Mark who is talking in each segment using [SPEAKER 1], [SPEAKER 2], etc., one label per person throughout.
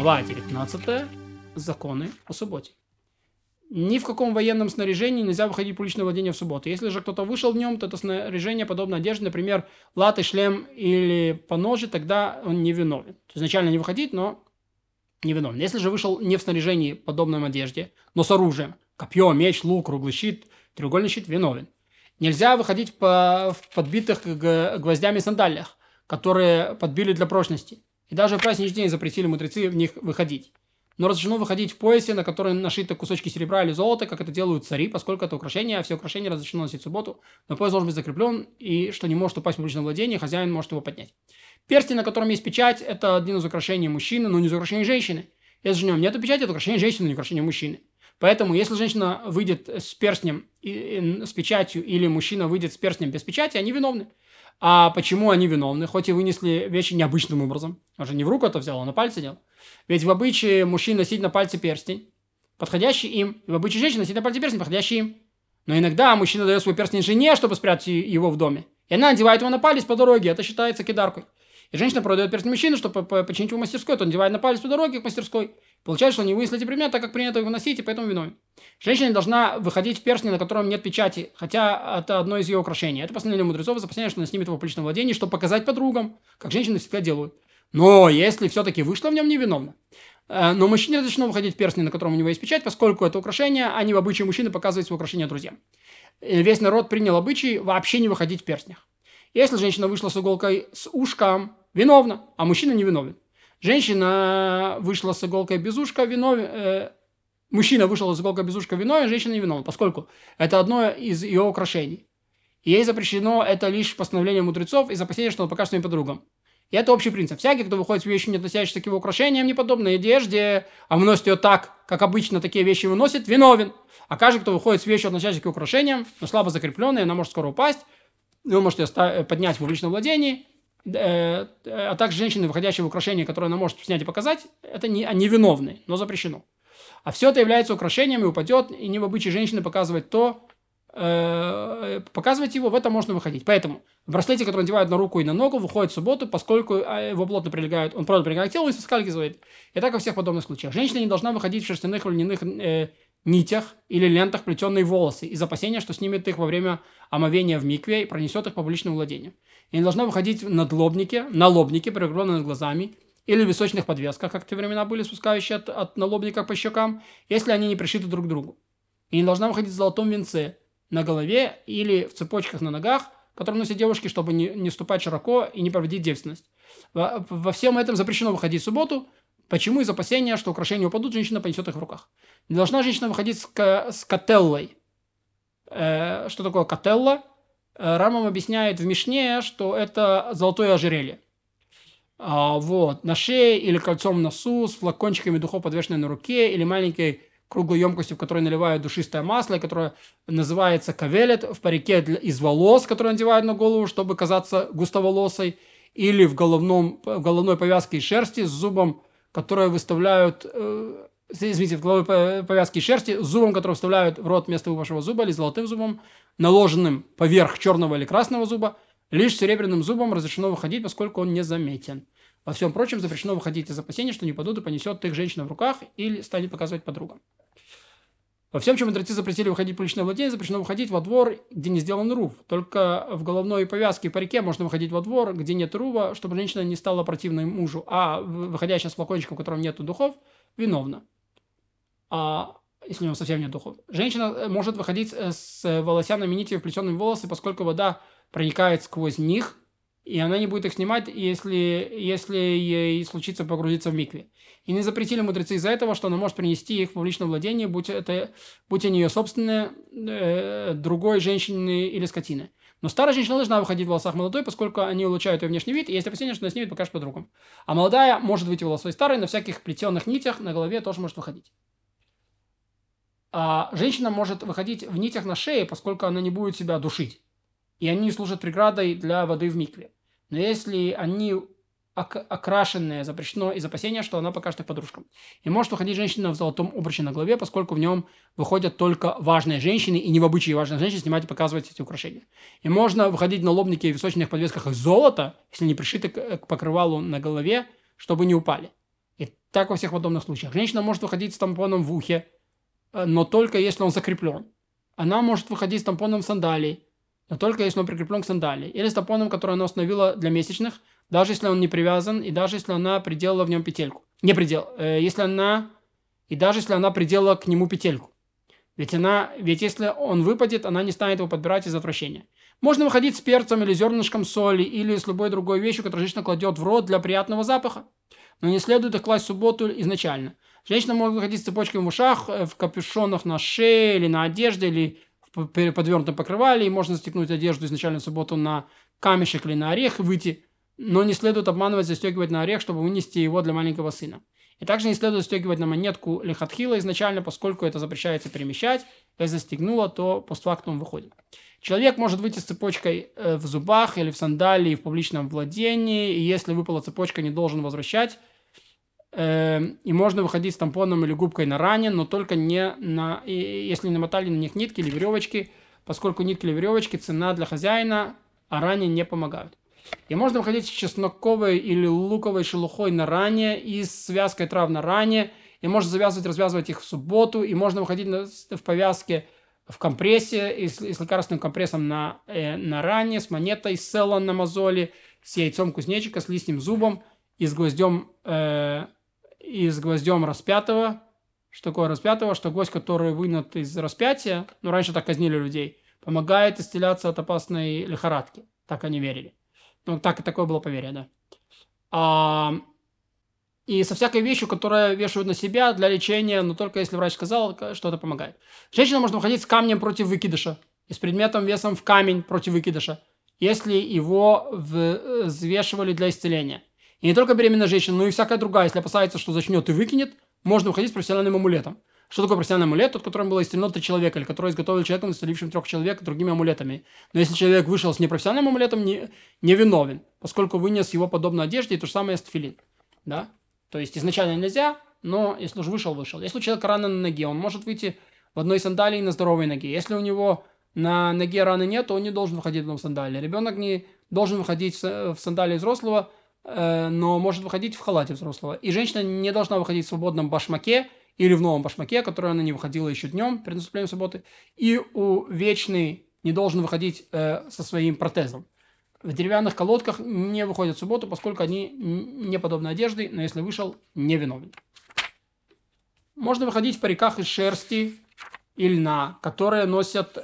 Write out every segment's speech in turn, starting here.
[SPEAKER 1] Глава 19. Законы о субботе. Ни в каком военном снаряжении нельзя выходить в публичное владение в субботу. Если же кто-то вышел в нем, то это снаряжение подобно одежде, например, латы, шлем или поножи, тогда он не виновен. То есть изначально не выходить, но не виновен. Если же вышел не в снаряжении, подобном одежде, но с оружием, копье, меч, лук, круглый щит, треугольный щит, виновен. Нельзя выходить в подбитых гвоздями сандалиях, которые подбили для прочности. И даже в праздничный день запретили мудрецы в них выходить. Но разрешено выходить в поясе, на который нашиты кусочки серебра или золота, как это делают цари, поскольку это украшение, а все украшения разрешено носить в субботу. Но пояс должен быть закреплен, и что не может упасть в публичное владение, хозяин может его поднять. Перстень, на котором есть печать, это один из украшений мужчины, но не из украшений женщины. Если же в нем нет печати, это украшение женщины, не украшение мужчины. Поэтому, если женщина выйдет с перстнем с печатью, или мужчина выйдет с перстнем без печати, они виновны. А почему они виновны? Хоть и вынесли вещи необычным образом. Он же не в руку это взял, а на пальце делал. Ведь в обычае мужчин носить на пальце перстень, подходящий им, и в обычае женщин носить на пальце перстень, подходящий им. Но иногда мужчина дает свой перстень жене, чтобы спрятать его в доме. И она надевает его на палец по дороге, это считается кидаркой. И женщина продает перстень мужчине, чтобы починить его в мастерской, то он надевает на палец по дороге к мастерской. Получается, что он не вынес эти предметы, так как принято его носить, и поэтому виновен. Женщина не должна выходить в перстне, на котором нет печати, хотя это одно из ее украшений. Это постановление мудрецов из опасения, что она снимет его в публичном владении, чтобы показать подругам, как женщины всегда делают. Но если все-таки вышло в нем, невиновно. Но мужчине разрешено выходить в перстне, на котором у него есть печать, поскольку это украшение, а не в обычае мужчины показывать свое украшение друзьям. Весь народ принял обычай вообще не выходить в перстнях. Если женщина вышла с иголкой с ушком, виновна, а мужчина не виновен. Женщина вышла с иголкой без ушка, мужчина вышел с иголкой без ушка, виновен, женщина не виновна, поскольку это одно из ее украшений. И ей запрещено это лишь постановление мудрецов из опасения, что он покажет своим подругам. И это общий принцип. Всякий, кто выходит с вещью, не относящейся к его украшениям, не подобной одежде, а выносит ее так, как обычно такие вещи выносит, виновен. А каждый, кто выходит с вещью, относящейся к его украшениям, но слабо закрепленной, она может скоро упасть, и он может ее поднять в публичном владении, а также женщины, выходящие в украшения, которые она может снять и показать, это они виновны, но запрещено. А все это является украшением и упадет, и не в обычае женщины показывать показывать его, в это можно выходить. Поэтому в браслете, который надевают на руку и на ногу, выходит в субботу, поскольку его плотно прилегают, он правда прилегает к телу и соскальзывает. И так во всех подобных случаях. Женщина не должна выходить в шерстяных или льняных нитях или лентах плетеные волосы из опасения, что снимет их во время омовения в микве и пронесет их по публичному владению. И не должна выходить в налобнике, прикрепленные над глазами, или в височных подвесках, как в те времена были, спускающие от налобника по щекам, если они не пришиты друг к другу. И не должна выходить в золотом венце на голове или в цепочках на ногах, которые носят девушки, чтобы не ступать широко и не проводить девственность. Во всем этом запрещено выходить в субботу. Почему? Из опасения, что украшения упадут, женщина понесет их в руках. Не должна женщина выходить с котеллой. Что такое котелла? Рамбам объясняет в Мишне, что это золотое ожерелье. На шее или кольцом в носу, с флакончиками духов, подвешенной на руке, или маленькой круглой емкостью, в которой наливают душистое масло, которое называется кавелет, в парике из волос, который надевают на голову, чтобы казаться густоволосой, или в головной повязке из шерсти с зубом, который выставляют, в головной повязке из шерсти с зубом, который вставляют в рот вместо выпавшего зуба, или золотым зубом, наложенным поверх черного или красного зуба, лишь серебряным зубом разрешено выходить, поскольку он незаметен. Во всем прочем запрещено выходить из опасения, что не падут и понесет их женщина в руках или станет показывать подругам. Во всем, чем мудрецы запретили выходить в публичное владение, запрещено выходить во двор, где не сделан рув. Только в головной повязке и парике можно выходить во двор, где нет рува, чтобы женщина не стала противной мужу, а выходящая с флакончиком, в котором нет духов, виновна. Если у него совсем нет духов. Женщина может выходить с волосяными нитями, вплетенными в волосы, поскольку вода проникает сквозь них, и она не будет их снимать, если ей случится погрузиться в микве. И не запретили мудрецы из-за этого, что она может принести их в публичное владение, будь они ее собственные, другой женщины или скотины. Но старая женщина должна выходить в волосах молодой, поскольку они улучшают ее внешний вид, и есть опасение, что она снимет, покажет подругам. А молодая может выйти в волосой старой, на всяких плетеных нитях на голове тоже может выходить. А женщина может выходить в нитях на шее, поскольку она не будет себя душить. И они служат преградой для воды в микве. Но если они окрашенные, запрещено из опасения, что она покажет их подружкам. И может выходить женщина в золотом обруче на голове, поскольку в нем выходят только важные женщины, и не в обычае важных женщин снимать и показывать эти украшения. И можно выходить на лобнике и височных подвесках из золота, если не пришиты к покрывалу на голове, чтобы не упали. И Так во всех подобных случаях. Женщина может выходить с тампоном в ухе, но только если он закреплен. Она может выходить с тампоном в сандалии, но только если он прикреплен к сандалии. Или с тампоном, который она установила для месячных, даже если он не привязан, и даже если она приделала в нем петельку. Не предел, и даже если она приделала к нему петельку. Ведь если он выпадет, она не станет его подбирать из отвращения. Можно выходить с перцем или зернышком соли, или с любой другой вещью, которую женщина кладет в рот для приятного запаха. Но не следует их класть в субботу изначально. Женщина может выходить с цепочками в ушах, в капюшонах на шее, или на одежде, или в подвернутом покрывале. И можно застегнуть одежду изначально в субботу на камешек или на орех и выйти. Но не следует обманывать, застегивать на орех, чтобы вынести его для маленького сына. И также не следует застегивать на монетку лихатхила изначально, поскольку это запрещается перемещать. Если застегнула, то постфактум выходит. Человек может выйти с цепочкой в зубах или в сандалии в публичном владении, и если выпала цепочка, не должен возвращать. И можно выходить с тампоном или губкой на ране, но только если не намотали на них нитки или веревочки, поскольку нитки или веревочки ценна для хозяина, а ране не помогают. И можно выходить с чесноковой или луковой шелухой на ране и с связкой трав на ране, и можно развязывать их в субботу, и можно выходить в повязке в компрессе, и с лекарственным компрессом на ране, с монетой, с селом на мозоли, с яйцом кузнечика, с листьем зубом и с гвоздем распятого. Что такое распятого? Что гвоздь, который вынут из распятия, раньше так казнили людей, помогает исцеляться от опасной лихорадки. Так они верили. Такое было поверье, да. И со всякой вещью, которую вешают на себя для лечения, но только если врач сказал, что это помогает. Женщина может выходить с камнем против выкидыша и с предметом весом в камень против выкидыша, если его взвешивали для исцеления. И не только беременная женщина, но и всякая другая, если опасается, что зачнет и выкинет, можно выходить с профессиональным амулетом. Что такое профессиональный амулет? Тот, которым было исцелено 3 человека, или который изготовил человеком, исцелившим 3 человек другими амулетами. Но если человек вышел с непрофессиональным амулетом, не виновен, поскольку вынес его подобно одежде, и то же самое с тфилин. Да? То есть изначально нельзя, но если уже вышел. Если у человека рана на ноге, он может выйти в одной сандалии на здоровой ноге. Если у него на ноге раны нет, то он не должен выходить в одном сандалии. Ребенок не должен выходить в сандалии взрослого, но может выходить в халате взрослого. И женщина не должна выходить в свободном башмаке или в новом башмаке, который она не выходила еще днем перед наступлением субботы. И вечный не должен выходить со своим протезом. В деревянных колодках не выходят в субботу, поскольку они не подобны одежде, но если вышел, не виновен. Можно выходить в париках из шерсти и льна, которые носят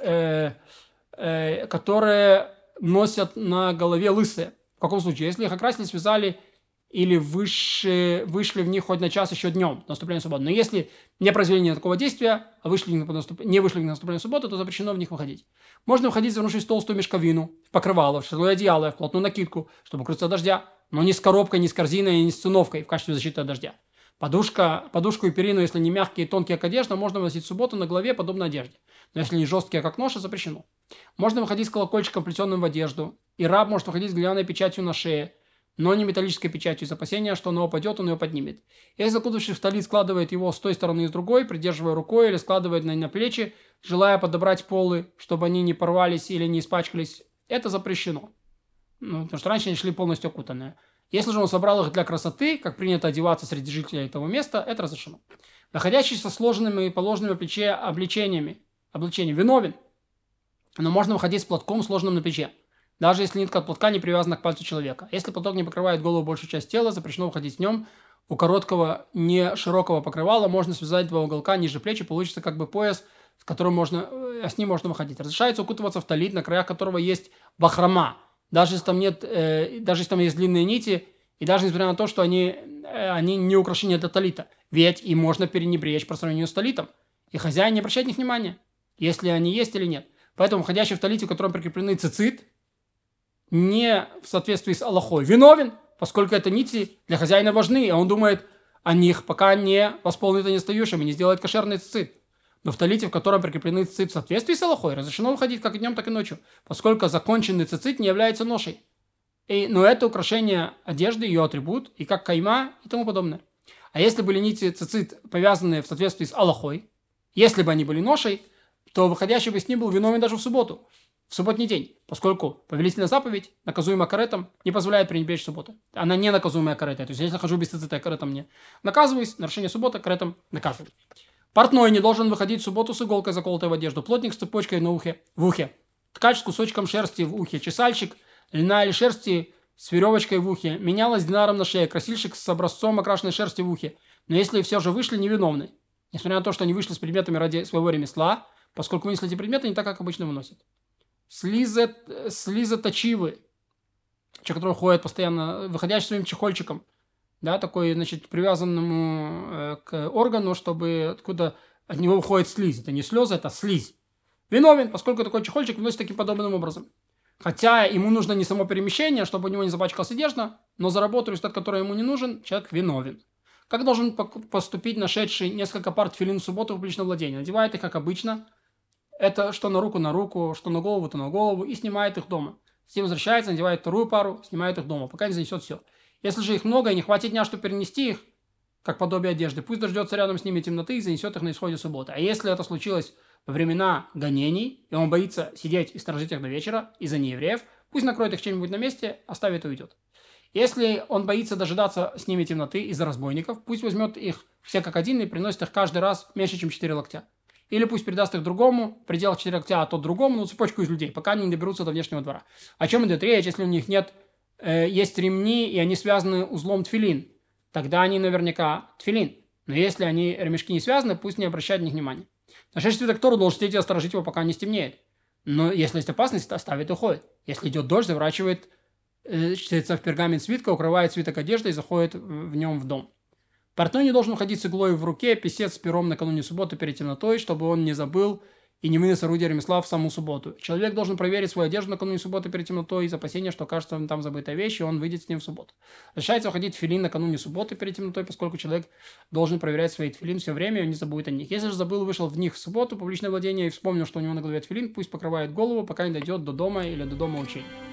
[SPEAKER 1] на голове лысые. В каком случае? Если их окрасили, связали или вышли в них хоть на час еще днем до наступления субботы. Но если не произвели никакого действия, а не вышли к наступлению субботы, то запрещено в них выходить. Можно выходить, завернувшись в толстую мешковину, в покрывало, в шерстяное одеяло, в плотную накидку, чтобы укрыться от дождя, но не с коробкой, не с корзиной, не с циновкой в качестве защиты от дождя. Подушку и перину, если не мягкие и тонкие, как одежда, можно носить в субботу на голове, подобно одежде. Но если не жесткие, как ноша, запрещено. Можно выходить с колокольчиком, плетеным в одежду. И раб может выходить с глиняной печатью на шее, но не металлической печатью, из опасения, что он упадет, он ее поднимет. Если закутавший в талит складывает его с той стороны и с другой, придерживая рукой или складывает на плечи, желая подобрать полы, чтобы они не порвались или не испачкались, это запрещено. Потому что раньше они шли полностью окутанные. Если же он собрал их для красоты, как принято одеваться среди жителей этого места, это разрешено. Находящий со сложенными и положенными в плече облачением виновен, но можно выходить с платком, сложенным на плече, даже если нитка от платка не привязана к пальцу человека. Если платок не покрывает голову большую часть тела, запрещено выходить в нем. У короткого, не широкого покрывала можно связать 2 уголка ниже плеч, и получится как бы пояс, с ним можно выходить. Разрешается укутываться в талит, на краях которого есть бахрома. Даже если там есть длинные нити, и даже несмотря на то, что они не украшения для талита. Ведь им можно перенебречь по сравнению с талитом. И хозяин не обращает на них внимания, если они есть или нет. Поэтому входящий в талите, в котором прикреплены цицит, не в соответствии с Аллахой, виновен, поскольку это нити для хозяина важны, а он думает о них, пока не восполнит они остающими, не сделает кошерный цицит. Но в талите, в котором прикреплены цицит в соответствии с Аллахой, разрешено выходить как днем, так и ночью, поскольку законченный цицит не является ношей. Но это украшение одежды, ее атрибут, и как кайма и тому подобное. А если были нити цицит, повязанные в соответствии с Аллахой, если бы они были ношей, то выходящий бы с ним был виновен даже в субботу. в субботний день, поскольку повелительная заповедь, наказуемая каретом, не позволяет пренебречь субботу. Она не наказуемая каретой. То есть, если я хожу без цицит, я каретом не наказываюсь, нарушение субботы каретом наказываю. Портной не должен выходить в субботу с иголкой, заколотой в одежду, плотник с цепочкой в ухе, ткач с кусочком шерсти в ухе, чесальщик, льна или шерсти с веревочкой в ухе, менялась динаром на шее, красильщик с образцом окрашенной шерсти в ухе. Но если все же вышли невиновны, несмотря на то, что они вышли с предметами ради своего ремесла, поскольку вынесли эти предметы не так, как обычно выносят. Слизоточивы, человек, который ходит постоянно, выходящий своим чехольчиком, да, такой, значит, привязанному к органу, чтобы откуда от него уходит слизь. Это не слезы, это слизь. Виновен, поскольку такой чехольчик выносит таким подобным образом. Хотя ему нужно не само перемещение, чтобы у него не запачкалась одежда, но за работу, результат которой ему не нужен, человек виновен. Как должен поступить нашедший несколько пар тфилин в субботу в публичном владении? Надевает их, как обычно, это что на руку, что на голову, то на голову, и снимает их дома. Затем возвращается, надевает вторую пару, снимает их дома, пока не занесет все. Если же их много и не хватит дня, чтобы перенести их, как подобие одежды, пусть дождется рядом с ними темноты и занесет их на исходе субботы. А если это случилось во времена гонений, и он боится сидеть и сторожить их до вечера из-за неевреев, пусть накроет их чем-нибудь на месте, оставит и уйдет. Если он боится дожидаться с ними темноты из-за разбойников, пусть возьмет их все как один и приносит их каждый раз меньше, чем 4 локтя. Или пусть передаст их другому, в пределах 4 локтя, а тот другому, ну, цепочку из людей, пока они не доберутся до внешнего двора. О чем идет речь, если у них есть ремни, и они связаны узлом тфилин? Тогда они наверняка тфилин. Но если ремешки не связаны, пусть не обращают на них внимания. Нашедший свиток Торы должен сидеть и осторожить его, пока не стемнеет. Но если есть опасность, оставит и уходит. Если идет дождь, заворачивает, читается в пергамент свитка, укрывает свиток одеждой и заходит в нем в дом. Портной не должен уходить с иглой в руке, писец с пером накануне субботы перед темнотой, чтобы он не забыл и не вынес орудие ремесла в саму субботу. Человек должен проверить свою одежду накануне субботы перед темнотой из опасения, что кажется там забытая вещь, и он выйдет с ним в субботу. Разрешается уходить в тфилин накануне субботы перед темнотой, поскольку человек должен проверять свои тфилин все время, и он не забудет о них. Если же забыл, вышел в них в субботу, публичное владение, и вспомнил, что у него на голове тфилин, пусть покрывает голову, пока не дойдет до дома или до дома учения.